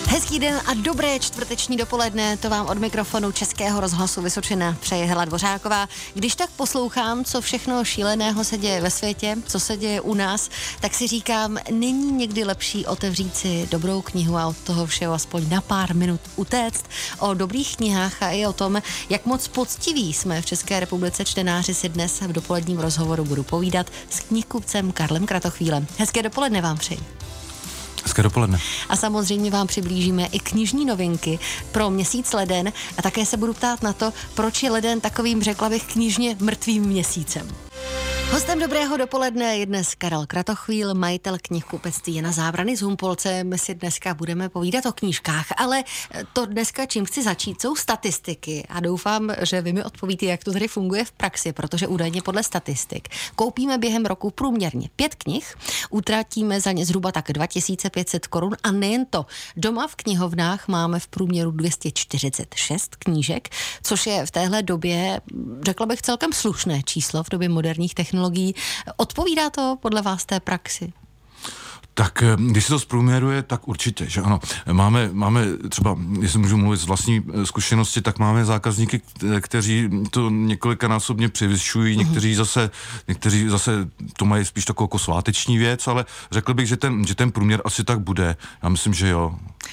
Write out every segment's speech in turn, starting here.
Hezký den a dobré čtvrteční dopoledne, to vám od mikrofonu Českého rozhlasu Vysočina přeje Hela Dvořáková. Když tak poslouchám, co všechno šíleného se děje ve světě, co se děje u nás, tak si říkám, není někdy lepší otevřít si dobrou knihu a od toho všeho aspoň na pár minut utéct. O dobrých knihách a i o tom, jak moc poctiví jsme v České republice čtenáři, si dnes v dopoledním rozhovoru budu povídat s knihkupcem Karlem Kratochvílem. Hezké dopoledne vám přeji. Hezké dopoledne. A samozřejmě vám přiblížíme i knižní novinky pro měsíc leden a také se budu ptát na to, proč je leden takovým, řekla bych, knižně mrtvým měsícem. Hostem dobrého dopoledne je dnes Karel Kratochvíl, majitel knihkupectví Jana Zábrany z Humpolce. My si dneska budeme povídat o knížkách, ale to dneska, čím chci začít, jsou statistiky a doufám, že vy mi odpovíte, jak to tady funguje v praxi, protože údajně podle statistik koupíme během roku průměrně 5 knih, utratíme za ně zhruba tak 2500 korun a nejen to. Doma v knihovnách máme v průměru 246 knížek, což je v téhle době, řekla bych, celkem slušné číslo v době moderních technologií. Odpovídá to podle vás té praxi? Tak když se to zprůměruje, tak určitě, že ano. Máme třeba, jestli můžu mluvit z vlastní zkušenosti, tak máme zákazníky, kteří to několikanásobně převyšují, někteří zase to mají spíš takovou jako sváteční věc, ale řekl bych, že ten průměr asi tak bude. Já myslím, že jo.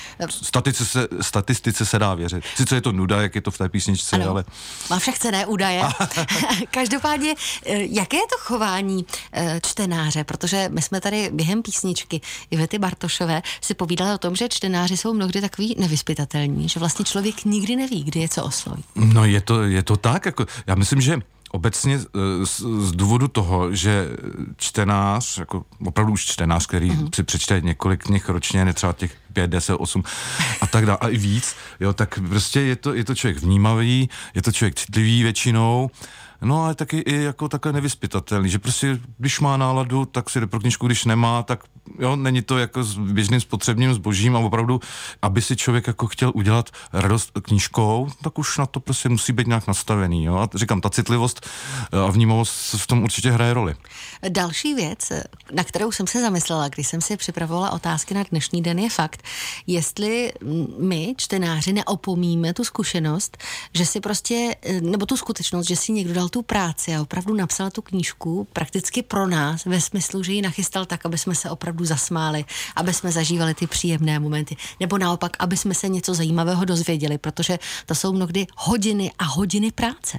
Statistice se dá věřit. Sice je to nuda, jak je to v té písničce, ano, ale... Má však cenné údaje. Každopádně, jaké je to chování čtenáře? Protože my jsme tady během písničky Ivety Bartošové si povídali o tom, že čtenáři jsou mnohdy takový nevyzpytatelní, že vlastně člověk nikdy neví, kdy je co osloví. No je to tak, jako já myslím, že obecně z důvodu toho, že čtenář, jako opravdu už čtenář, který si přečte několik knih ročně, ne třeba těch 5, 10, 8 a tak dále, a i víc, jo, tak prostě je to člověk vnímavý, je to člověk citlivý většinou, no ale taky i jako takhle nevyzpytatelný, že prostě když má náladu, tak si jde pro knížku, když nemá, tak jo, není to jako s běžným spotřebním zbožím a opravdu, aby si člověk jako chtěl udělat radost knížkou, tak už na to prostě musí být nějak nastavený, jo. A říkám, ta citlivost a vnímavost v tom určitě hraje roli. Další věc, na kterou jsem se zamyslela, když jsem si připravovala otázky na dnešní den, je fakt, jestli my, čtenáři, neopomíme tu zkušenost, že si prostě, nebo tu skutečnost, že si někdo dal tu práci a opravdu napsal tu knížku prakticky pro nás, ve smyslu, že ji nachystal tak, aby jsme se opravdu zasmáli, aby jsme zažívali ty příjemné momenty, nebo naopak, aby jsme se něco zajímavého dozvěděli, protože to jsou mnohdy hodiny a hodiny práce.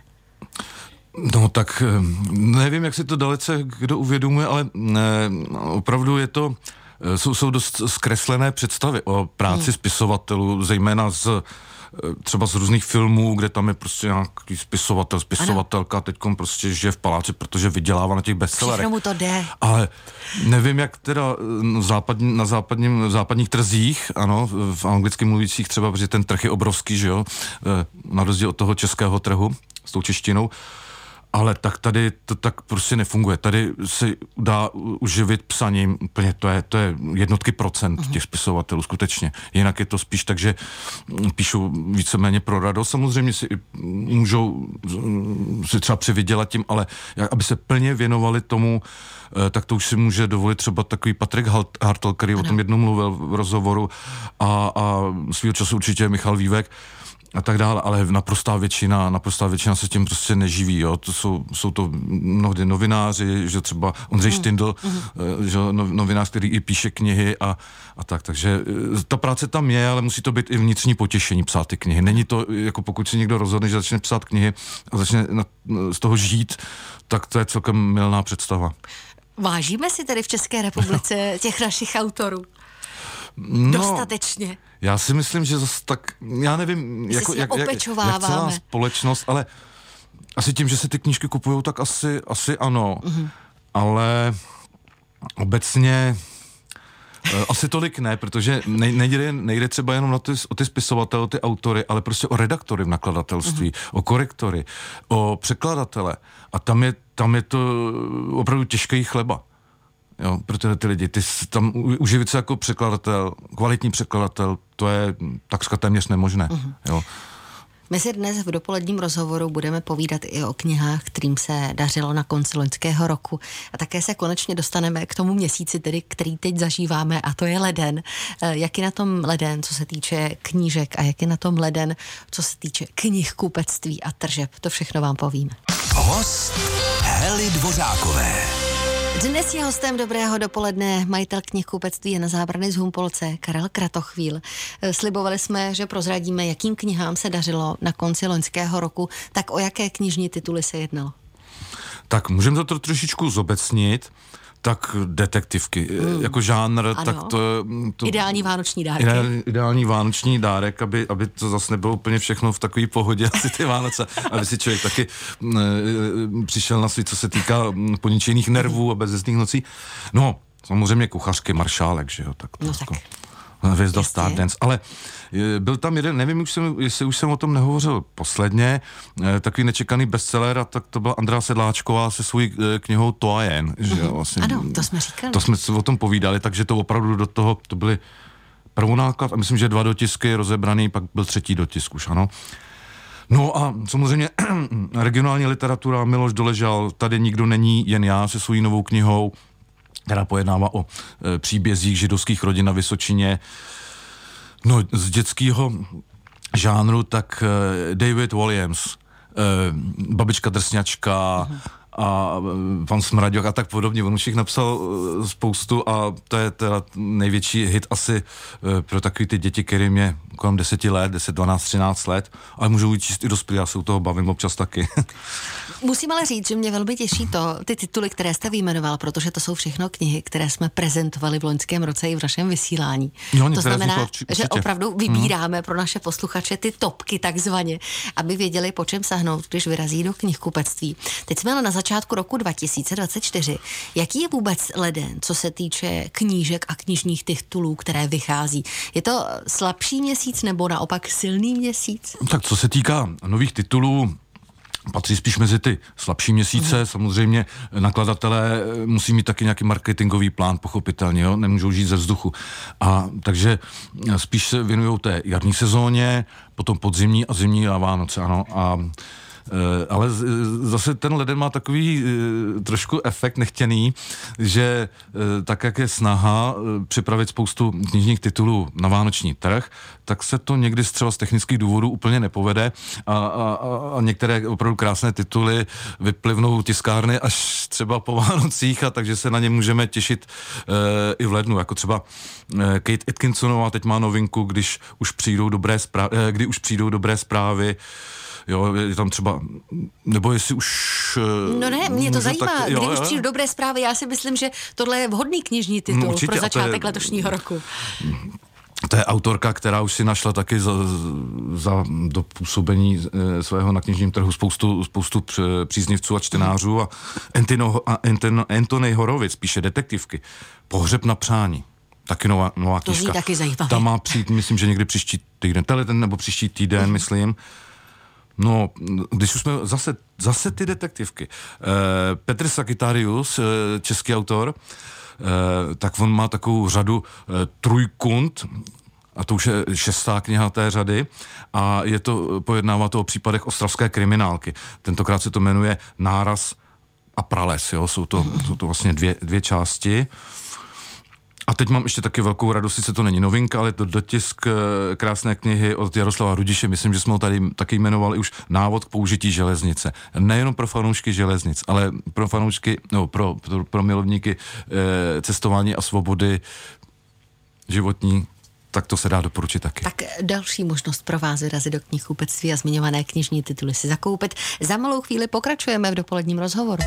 No tak nevím, jak si to dalece kdo uvědomuje, ale opravdu je to, jsou dost zkreslené představy o práci spisovatelů, zejména třeba z různých filmů, kde tam je prostě nějaký spisovatelka, teďkom prostě žije v paláci, protože vydělává na těch bestsellerech. Všechno mu to jde. Ale nevím, jak teda na západních trzích, ano, v anglicky mluvících třeba, protože ten trh je obrovský, že jo, na rozdíl od toho českého trhu s tou češtinou, ale tak tady to tak prostě nefunguje. Tady se dá uživit psaním úplně, to je jednotky procent těch spisovatelů skutečně. Jinak je to spíš tak, že píšou víceméně pro radost. Samozřejmě si můžou si třeba přivydělat tím, ale aby se plně věnovali tomu, tak to už si může dovolit třeba takový Patrik Hartl, který o tom jednou mluvil v rozhovoru a svýho času určitě Michal Vívek a tak dále, ale naprostá většina se tím prostě neživí, jo. To jsou to mnohdy novináři, že třeba Ondřej Štindl, že novinář, který i píše knihy a tak, takže ta práce tam je, ale musí to být i vnitřní potěšení psát ty knihy. Není to, jako pokud si někdo rozhodne, že začne psát knihy a začne z toho žít, tak to je celkem mylná představa. Vážíme si tedy v České republice těch našich autorů? Dostatečně. Já si myslím, že zase tak, já nevím, jak celá společnost, ale asi tím, že se ty knížky kupujou, tak asi ano, ale obecně asi tolik ne, protože nejde třeba jenom o ty spisovatele, o ty autory, ale prostě o redaktory v nakladatelství, o korektory, o překladatele a tam je to opravdu těžký chleba. Jo, protože ty lidi, tam uživit se jako překladatel, kvalitní překladatel, to je takřka téměř nemožné. Jo. My si dnes v dopoledním rozhovoru budeme povídat i o knihách, kterým se dařilo na konci loňského roku. A také se konečně dostaneme k tomu měsíci, tedy, který teď zažíváme, a to je leden. Jak je na tom leden, co se týče knížek, a jak je na tom leden, co se týče knihkupectví a tržeb. To všechno vám povíme. Host Hely Dvořákové. Dnes je hostem Dobrého dopoledne majitel knihkupectví Jana Zábrany z Humpolce, Karel Kratochvíl. Slibovali jsme, že prozradíme, jakým knihám se dařilo na konci loňského roku. Tak o jaké knižní tituly se jednalo? Tak můžeme to trošičku zobecnit. Tak detektivky, jako žánr, ano. tak to... Ideální vánoční dárek. Ideální vánoční dárek, aby to zase nebylo úplně všechno v takové pohodě, asi ty Vánoce, aby si člověk taky přišel na svý, co se týká poničených nervů a bezesných nocí. No, samozřejmě kuchařky, maršálek, že jo, tak to no jako... tak. Hvězda Stardance, ale byl tam jeden, nevím, jestli už jsem o tom nehovořil posledně, takový nečekaný bestseller, a tak to byla Andrea Sedláčková se svojí knihou Toajen, že jo, vlastně. Ano, to jsme říkali. To jsme o tom povídali, takže to opravdu do toho, to byly prvonáklad a myslím, že 2 dotisky rozebraný, pak byl 3. dotisk už, ano. No a samozřejmě regionální literatura, Miloš Doležal, Tady nikdo není, jen já, se svojí novou knihou, která pojednává o příbězích židovských rodin na Vysočině. No, z dětského žánru, tak David Williams, Babička drsňačka a Pan Smraďok a tak podobně. On už jich napsal spoustu a to je teda největší hit asi pro takový ty děti, kterým je kolem 10 let, 10, 12, 13 let, ale můžou jít číst i dospělí, já se u toho bavím občas taky. Musím ale říct, že mě velmi těší ty tituly, které jste vyjmenoval, protože to jsou všechno knihy, které jsme prezentovali v loňském roce i v našem vysílání. Jo, to znamená, že opravdu vybíráme pro naše posluchače ty topky takzvaně, aby věděli, po čem sahnout, když vyrazí do knihkupectví. Teď jsme ale na začátku roku 2024. Jaký je vůbec leden, co se týče knížek a knižních titulů, které vychází? Je to slabší měsíc nebo naopak silný měsíc? Tak co se týká nových titulů, patří spíš mezi ty slabší měsíce. Samozřejmě nakladatelé musí mít taky nějaký marketingový plán, pochopitelně, jo? Nemůžou žít ze vzduchu. A takže spíš se věnují té jarní sezóně, potom podzimní a zimní a Vánoce, ano. Ale zase ten leden má takový trošku efekt nechtěný, že tak, jak je snaha připravit spoustu knižních titulů na vánoční trh, tak se to někdy třeba z technických důvodů úplně nepovede a některé opravdu krásné tituly vyplivnou tiskárny až třeba po Vánocích, a takže se na ně můžeme těšit i v lednu, jako třeba Kate Atkinsonová teď má novinku, kdy už přijdou dobré zprávy. Jo, je tam třeba, nebo jestli už... No ne, mě to zajímá, kdy už přijdu dobré zprávy, já si myslím, že tohle je vhodný knižní titul určitě, pro začátek letošního roku. To je autorka, která už si našla taky za dopůsobení svého na knižním trhu spoustu příznivců a čtenářů, a Anthony Horowitz píše detektivky. Pohřeb na přání. Taky nová knižka. To zní taky zajímavé. Ta má přijít, myslím, že někdy příští týden, nebo příští týden, myslím. No, když už jsme zase ty detektivky. Petr Sakitarius, český autor, tak on má takovou řadu Trojkund, a to už je 6. kniha té řady, a pojednává to o případech ostravské kriminálky. Tentokrát se to jmenuje Náraz a prales, jo? Jsou to vlastně dvě části. A teď mám ještě taky velkou radost, sice to není novinka, ale to dotisk krásné knihy od Jaroslava Rudiše, myslím, že jsme ho tady taky jmenovali už, Návod k použití železnice. Nejenom pro fanoušky železnic, ale pro fanoušky, pro milovníky cestování a svobody životní, tak to se dá doporučit taky. Tak další možnost pro vás vyrazit do knihkupectví a zmiňované knižní tituly si zakoupit. Za malou chvíli pokračujeme v dopoledním rozhovoru.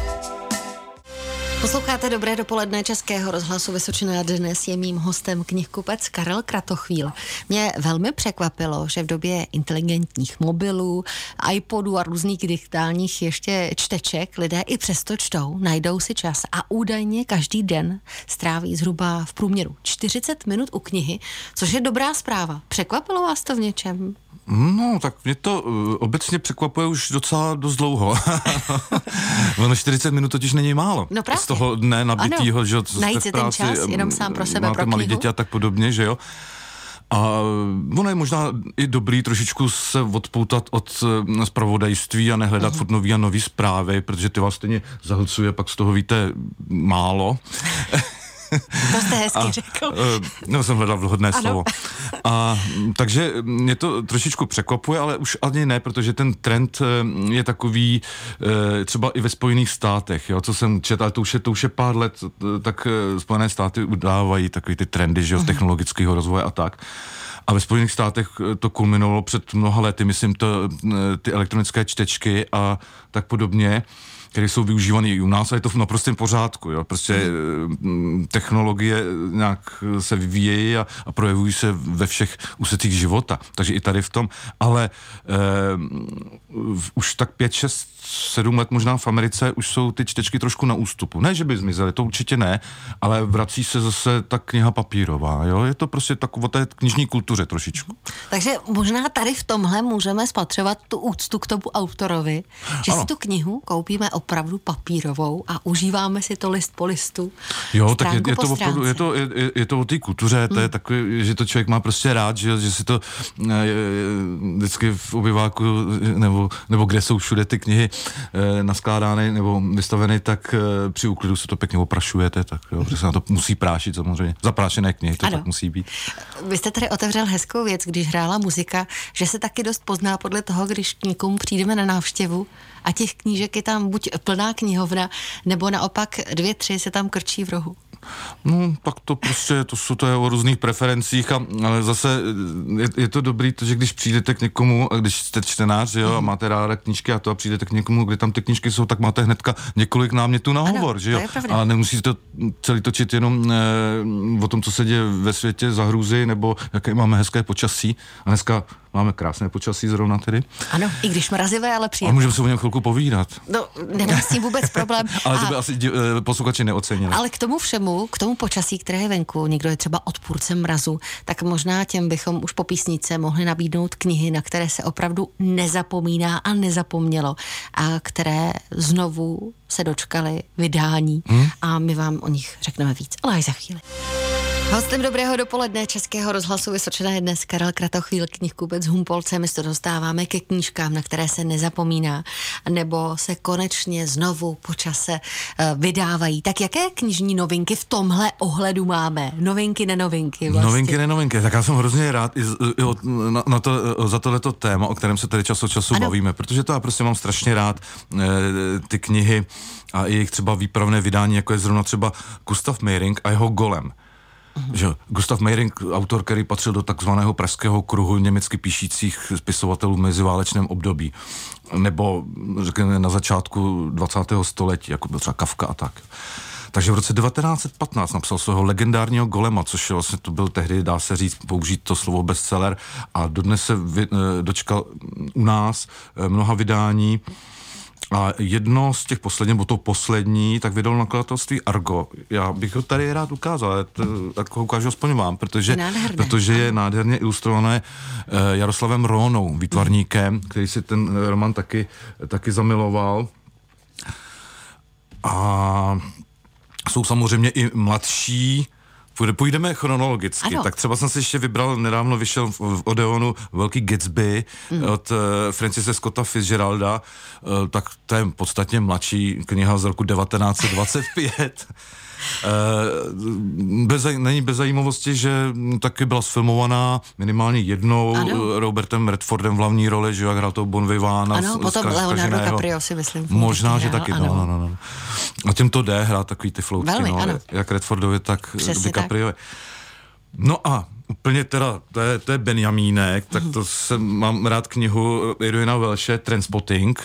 Posloucháte Dobré dopoledne Českého rozhlasu Vysočina. Dnes je mým hostem knihkupec Karel Kratochvíl. Mě velmi překvapilo, že v době inteligentních mobilů, iPodů a různých digitálních ještě čteček lidé i přesto čtou, najdou si čas a údajně každý den stráví zhruba v průměru 40 minut u knihy, což je dobrá zpráva. Překvapilo vás to v něčem? No, tak mě to obecně překvapuje už docela dost dlouho. Ono 40 minut totiž není málo. No právě. Z toho dne nabitýho, že najít si ten čas jenom sám pro sebe, máte pro malé knihu. děti a tak podobně, že jo. A ono je možná i dobrý trošičku se odpoutat od zpravodajství a nehledat furt nový a nový zprávy, protože ty vás stejně zahlcuje, pak z toho víte málo. To jste hezky řekl. No, jsem hledal vhodné slovo. A takže mě to trošičku překvapuje, ale už ani ne, protože ten trend je takový třeba i ve Spojených státech, jo, co jsem četl, ale to už je pár let, tak Spojené státy udávají takový ty trendy, že jo, technologického rozvoje a tak. A ve Spojených státech to kulminovalo před mnoha lety, myslím, ty elektronické čtečky a tak podobně, které jsou využívané i u nás a je to v naprostém pořádku. Jo. Prostě technologie nějak se vyvíjejí a projevují se ve všech úsecích života. Takže i tady v tom. Ale už tak 5, 6, 7 let možná v Americe už jsou ty čtečky trošku na ústupu. Ne, že by zmizely, to určitě ne, ale vrací se zase ta kniha papírová. Jo. Je to prostě takové té knižní kultuře trošičku. Takže možná tady v tomhle můžeme spatřovat tu úctu k tomu autorovi, že si tu knihu koupíme opravdu papírovou a užíváme si to list po listu. Jo, tak je to opravdu, je to o té kultuře, to je takový, že to člověk má prostě rád, že si to vždycky v obyváku nebo kde jsou všude ty knihy naskládány nebo vystaveny, tak při úklidu se to pěkně oprašujete, tak jo, protože se na to musí prášit samozřejmě. Zaprášené knihy, to tak musí být. Vy jste tady otevřel hezkou věc, když hrála muzika, že se taky dost pozná podle toho, když k někomu přijdeme na návštěvu a těch knížek je tam buď plná knihovna, nebo naopak 2, 3 se tam krčí v rohu. No, tak to prostě, to je o různých preferencích, ale zase je to dobrý, že když přijdete k někomu, a když jste čtenář, jo, a máte ráda knížky a přijdete k někomu, kde tam ty knížky jsou, tak máte hnedka několik námětů na hovor, že jo? A nemusíte to celý točit jenom o tom, co se děje ve světě za hrůzy, nebo jaké máme hezké počasí. A dneska máme krásné počasí zrovna tedy. Ano, i když mrazivé, ale příjemné. A můžeme se o něm chvilku povídat. No, nemám s tím vůbec problém. Ale to by asi posluchači neocenili. Ale k tomu všemu, k tomu počasí, které je venku, někdo je třeba odpůrcem mrazu, tak možná těm bychom už po písničce mohli nabídnout knihy, na které se opravdu nezapomíná a nezapomnělo a které znovu se dočkaly vydání a my vám o nich řekneme víc, ale až za chvíli. Hostem dobrého dopoledne Českého rozhlasu Vysočina je dnes Karel Kratochvíl, knihkubec Humpolce. My se dostáváme ke knížkám, na které se nezapomíná, nebo se konečně znovu po čase vydávají. Tak jaké knižní novinky v tomhle ohledu máme? Novinky, nenovinky vlastně. Novinky, nenovinky. Tak já jsem hrozně rád za tohleto téma, o kterém se tady čas od času bavíme, protože to já prostě mám strašně rád ty knihy a i jejich třeba výpravné vydání, jako je zrovna třeba Gustav Mayring a jeho Golem. Že Gustav Mayring, autor, který patřil do takzvaného pražského kruhu německy píšících spisovatelů v meziválečném období, nebo řekněme na začátku 20. století, jako byl třeba Kafka a tak. Takže v roce 1915 napsal svého legendárního Golema, což vlastně to byl tehdy, dá se říct, použít to slovo bestseller a dodnes se dočkal u nás mnoha vydání. A jedno z těch posledních, nebo to poslední, tak vydal nakladatelství Argo. Já bych ho tady rád ukázal, tak ho ukážu aspoň vám, protože je nádherně ilustrované Jaroslavem Rónou, výtvarníkem, který si ten román taky zamiloval. A jsou samozřejmě i mladší. Půjdeme chronologicky, tak třeba jsem si ještě vybral, nedávno vyšel v Odeonu Velký Gatsby od Francise Scotta Fitzgeralda, tak to je podstatně mladší kniha z roku 1925. Není bez zajímavosti, že taky byla sfilmovaná minimálně jednou Robertem Redfordem v hlavní roli, že jak hrál toho Bon Vivana. Ano, potom Leonardo DiCaprio si myslím. Možná, že taky, no. A tím to jde hrát takový ty floutky, jak Redfordovi, tak DiCaprio. No a úplně teda, to je Benjamínek, tak to mám rád knihu Irwina Welshe, Trainspotting.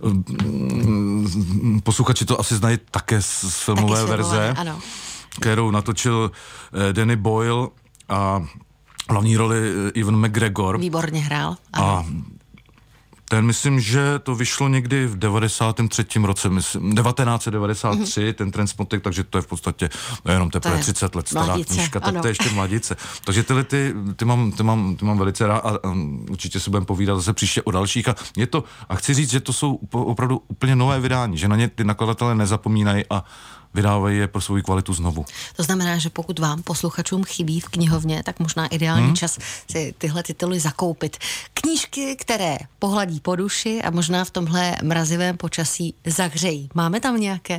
Posluchači to asi znají také z filmové verze, kterou natočil Danny Boyle a hlavní roli Ewan McGregor. Výborně hrál. A ten myslím, že to vyšlo někdy v 93. roce, 1993, ten Trainspotting, takže to je v podstatě jenom teprve 30 let stará knížka, tak to je ještě mladice. Takže ty mám velice rád a určitě se budeme povídat zase příště o dalších a chci říct, že to jsou opravdu úplně nové vydání, že na ně ty nakladatelé nezapomínají a vydávají je pro svou kvalitu znovu. To znamená, že pokud vám posluchačům chybí v knihovně, tak možná ideální čas si tyhle tituly zakoupit. Knížky, které pohladí po duši a možná v tomhle mrazivém počasí zahřejí. Máme tam nějaké?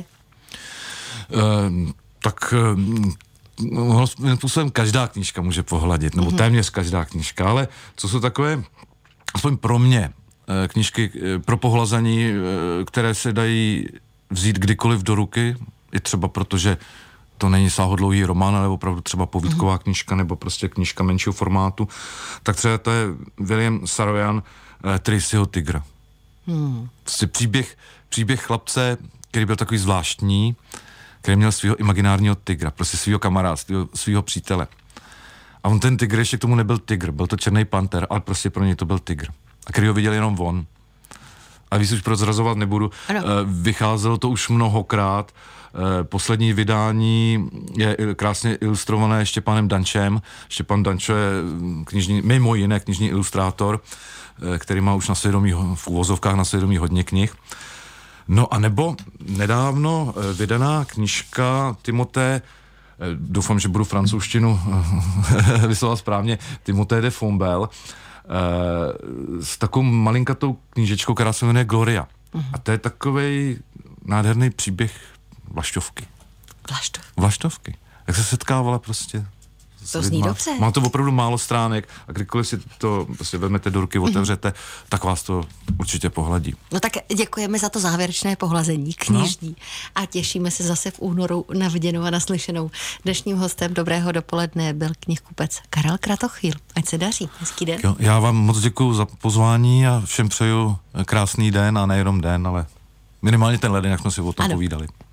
Způsobem každá knížka může pohladit, nebo téměř každá knížka, ale co jsou takové, aspoň pro mě, knížky pro pohlazení, které se dají vzít kdykoliv do ruky, i třeba protože to není sáhodlouhý román, ale opravdu třeba povídková knížka nebo prostě knížka menšího formátu, tak třeba to je William Saroyan Tracyho Tygra. Prostě příběh chlapce, který byl takový zvláštní, který měl svého imaginárního tygra, prostě svého kamaráda, svého přítele. A on ten tygr ještě k tomu nebyl tygr, byl to černý panter, ale prostě pro něj to byl tygr. A který ho viděl jenom on. A víc už prozrazovat nebudu. Vycházelo to už mnohokrát. Poslední vydání je krásně ilustrované Štěpánem Dančem. Štěpán Dančo je mimo jiné knižní ilustrátor, který má už na svědomí, v uvozovkách na svědomí hodně knih. No a nebo nedávno vydaná knížka Timothée, doufám, že budu francouzštinu vyslovovat správně, Timothée de Fombelle, s takovou malinkatou knížečkou, která se jmenuje Gloria. A to je takovej nádherný příběh Vlaštovky. Jak se setkávala prostě. To zní dobře. Má to opravdu málo stránek a kdykoliv si to prostě vezmete do ruky, otevřete, tak vás to určitě pohladí. No tak děkujeme za to závěrečné pohlazení knižní a těšíme se zase v únoru na viděnou a naslyšenou. Dnešním hostem Dobrého dopoledne byl knihkupec Karel Kratochvíl. Ať se daří. Hezký den. Jo, já vám moc děkuju za pozvání a všem přeju krásný den a nejenom den, ale minimálně tenhle den, jak jsme si o tom povídali.